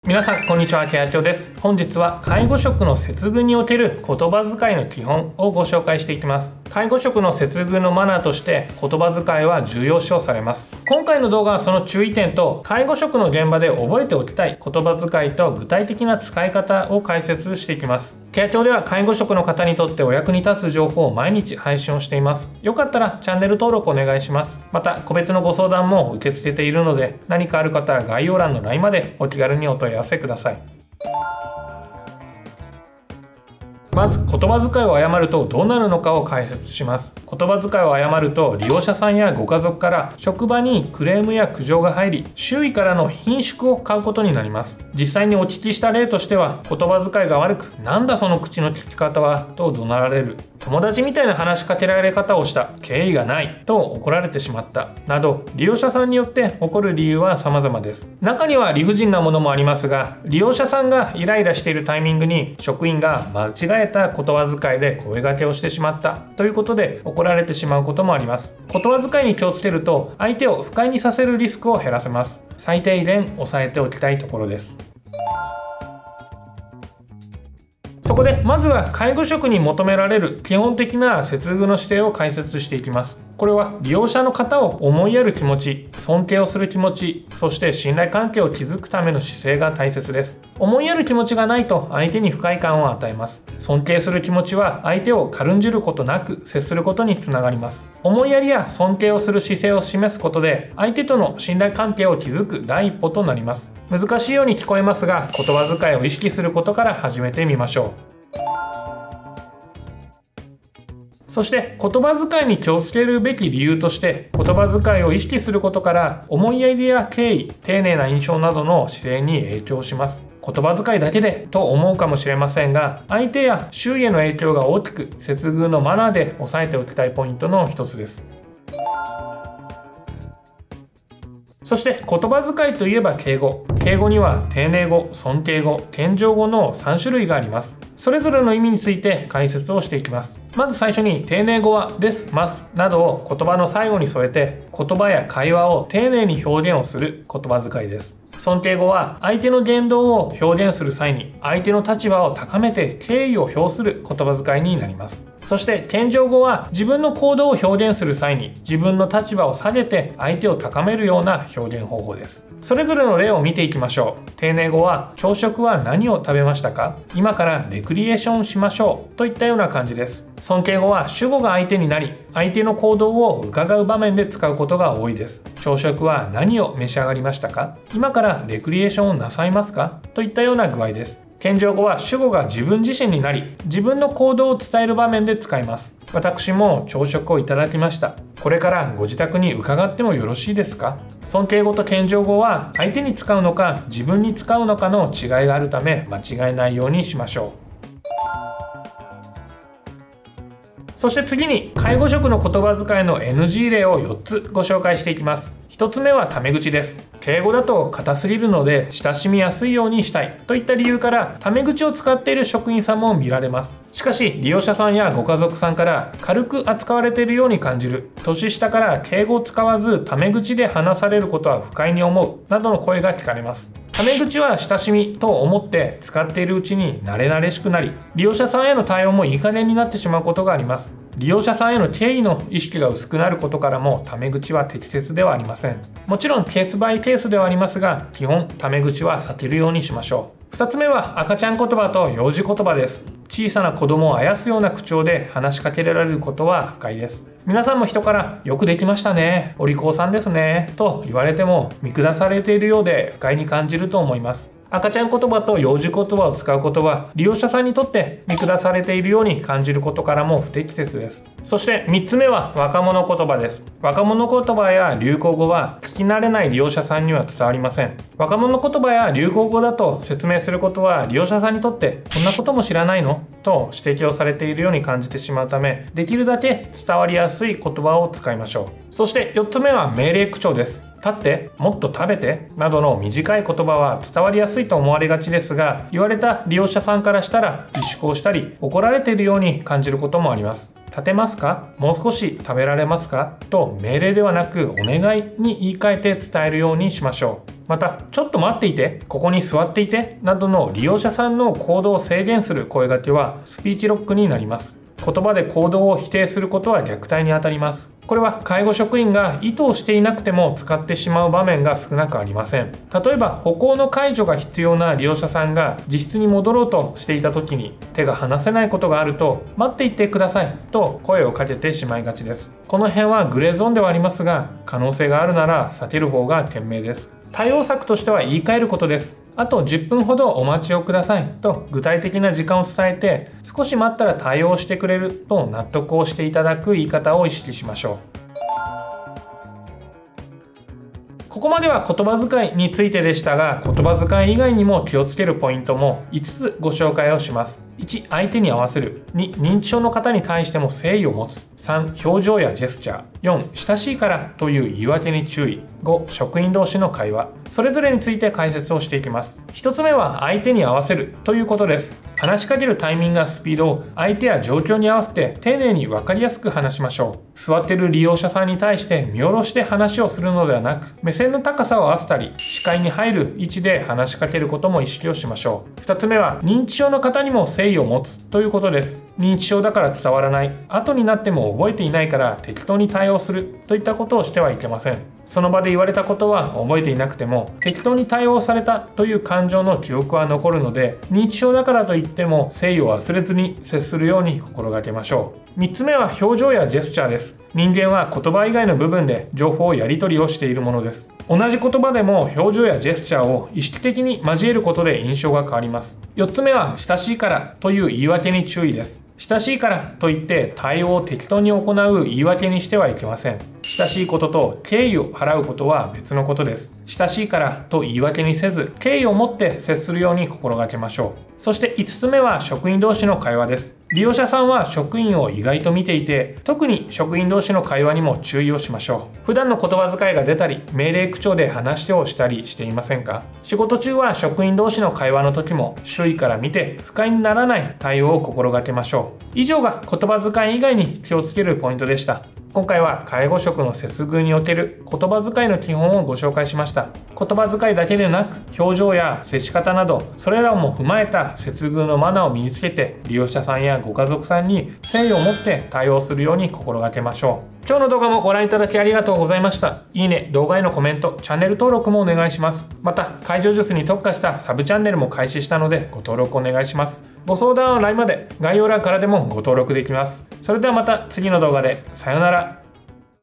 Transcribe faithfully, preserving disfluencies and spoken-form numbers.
皆さんこんにちは、ケアキョです。本日は介護職の接遇における言葉遣いの基本をご紹介していきます。介護職の接遇のマナーとして言葉遣いは重要視をされます。今回の動画はその注意点と介護職の現場で覚えておきたい言葉遣いと具体的な使い方を解説していきます。ケアキョでは介護職の方にとってお役に立つ情報を毎日配信をしています。よかったらチャンネル登録お願いします。また個別のご相談も受け付けているので、何かある方は概要欄の ライン までお気軽にお問い合わせください。まず言葉遣いを誤るとどうなるのかを解説します。言葉遣いを誤ると利用者さんやご家族から職場にクレームや苦情が入り、周囲からの顰蹙を買うことになります。実際にお聞きした例としては、言葉遣いが悪く、なんだその口の利き方はと怒鳴られる、友達みたいな話しかけられ方をした、敬意がないと怒られてしまったなど、利用者さんによって起こる理由は様々です。中には理不尽なものもありますが、利用者さんがイライラしているタイミングに職員が間違えた言葉遣いで声掛けをしてしまったということで怒られてしまうこともあります。言葉遣いに気をつけると相手を不快にさせるリスクを減らせます。最低限抑えておきたいところです。そこでまずは介護職に求められる基本的な接遇の姿勢を解説していきます。これは利用者の方を思いやる気持ち、尊敬をする気持ち、そして信頼関係を築くための姿勢が大切です。思いやる気持ちがないと相手に不快感を与えます。尊敬する気持ちは相手を軽んじることなく接することにつながります。思いやりや尊敬をする姿勢を示すことで相手との信頼関係を築く第一歩となります。難しいように聞こえますが、言葉遣いを意識することから始めてみましょう。そして言葉遣いに気をつけるべき理由として、言葉遣いを意識することから思いやりや敬意、丁寧な印象などの姿勢に影響します。言葉遣いだけでと思うかもしれませんが、相手や周囲への影響が大きく、接遇のマナーで押さえておきたいポイントの一つです。そして言葉遣いといえば敬語。敬語には丁寧語、尊敬語、謙譲語のさん種類があります。それぞれの意味について解説をしていきます。まず最初に丁寧語はです、ますなどを言葉の最後に添えて、言葉や会話を丁寧に表現をする言葉遣いです。尊敬語は相手の言動を表現する際に相手の立場を高めて敬意を表する言葉遣いになります。そして謙譲語は自分の行動を表現する際に自分の立場を下げて相手を高めるような表現方法です。それぞれの例を見ていきましょう。丁寧語は朝食は何を食べましたか？今からレクリエーションしましょうといったような感じです。尊敬語は主語が相手になり相手の行動を伺う場面で使うことが多いです。朝食は何を召し上がりましたか？今からレクリエーションをなさいますか？といったような具合です。謙譲語は主語が自分自身になり自分の行動を伝える場面で使います。私も朝食をいただきました。これからご自宅に伺ってもよろしいですか？尊敬語と謙譲語は相手に使うのか自分に使うのかの違いがあるため間違えないようにしましょう。そして次に介護職の言葉遣いの エヌジー 例をよっつご紹介していきます。ひとつめはタメ口です。敬語だと硬すぎるので親しみやすいようにしたいといった理由からタメ口を使っている職員さんも見られます。しかし利用者さんやご家族さんから軽く扱われているように感じる、年下から敬語を使わずタメ口で話されることは不快に思うなどの声が聞かれます。タメ口は親しみと思って使っているうちに慣れ慣れしくなり、利用者さんへの対応もいい加減になってしまうことがあります。利用者さんへの敬意の意識が薄くなることからもタメ口は適切ではありません。もちろんケースバイケースではありますが、基本タメ口は避けるようにしましょう。ふたつめは赤ちゃん言葉と幼児言葉です。小さな子供をあやすような口調で話しかけられることは不快です。皆さんも人からよくできましたね、お利口さんですねと言われても見下されているようで不快に感じると思います。赤ちゃん言葉と幼児言葉を使うことは利用者さんにとって見下されているように感じることからも不適切です。そしてみっつめは若者言葉です。若者言葉や流行語は聞き慣れない利用者さんには伝わりません。若者言葉や流行語だと説明することは利用者さんにとってこんなことも知らないのと指摘をされているように感じてしまうため、できるだけ伝わりやすい言葉を使いましょう。そしてよっつめは命令口調です。立って、もっと食べてなどの短い言葉は伝わりやすいと思われがちですが、言われた利用者さんからしたら自粛をしたり怒られているように感じることもあります。立てますか？もう少し食べられますか？と命令ではなくお願いに言い換えて伝えるようにしましょう。 またちょっと待っていて、ここに座っていてなどの利用者さんの行動を制限する声掛けはスピーチロックになります。言葉で行動を否定することは虐待にあたります。これは介護職員が意図していなくても使ってしまう場面が少なくありません。例えば歩行の介助が必要な利用者さんが自室に戻ろうとしていた時に手が離せないことがあると、待っていてくださいと声をかけてしまいがちです。この辺はグレーゾーンではありますが、可能性があるなら避ける方が賢明です。対応策としては言い換えることです。あとじゅっぷんほどお待ちをくださいと具体的な時間を伝えて、少し待ったら対応してくれると納得をしていただく言い方を意識しましょう。ここまでは言葉遣いについてでしたが、言葉遣い以外にも気をつけるポイントもいつつご紹介をします。いち、相手に合わせる。に、認知症の方に対しても誠意を持つ。さん、表情やジェスチャー。よん、親しいからという言い訳に注意。ご、職員同士の会話。それぞれについて解説をしていきます。ひとつめは相手に合わせるということです。話しかけるタイミングやスピードを相手や状況に合わせて丁寧に分かりやすく話しましょう。座っている利用者さんに対して見下ろして話をするのではなく、目線の高さを合わせたり、視界に入る位置で話しかけることも意識をしましょう。ふたつめは認知症の方にも誠意を持つということです。認知症だから伝わらない、後になっても覚えていないから適当に対応するといったことをしてはいけません。その場で言われたことは覚えていなくても、適当に対応されたという感情の記憶は残るので、認知症だからといっても誠意を忘れずに接するように心がけましょう。みっつめは表情やジェスチャーです。人間は言葉以外の部分で情報をやり取りをしているものです。同じ言葉でも表情やジェスチャーを意識的に交えることで印象が変わります。よっつめは親しいからという言い訳に注意です。親しいからといって対応を適当に行う言い訳にしてはいけません。親しいことと敬意を払うことは別のことです。親しいからと言い訳にせず、敬意を持って接するように心がけましょう。そしていつつめは職員同士の会話です。利用者さんは職員を意外と見ていて、特に職員同士の会話にも注意をしましょう。普段の言葉遣いが出たり、命令口調で話をしたりしていませんか？仕事中は職員同士の会話の時も周囲から見て不快にならない対応を心がけましょう。以上が言葉遣い以外に気をつけるポイントでした。今回は介護職の接遇における言葉遣いの基本をご紹介しました。言葉遣いだけでなく表情や接し方など、それらも踏まえた接遇のマナーを身につけて、利用者さんやご家族さんに誠意を持って対応するように心がけましょう。今日の動画もご覧いただきありがとうございました。いいね、動画へのコメント、チャンネル登録もお願いします。また介助術に特化したサブチャンネルも開始したのでご登録お願いします。ご相談は ライン まで概要欄からでもご登録できます。それではまた次の動画で。さようなら。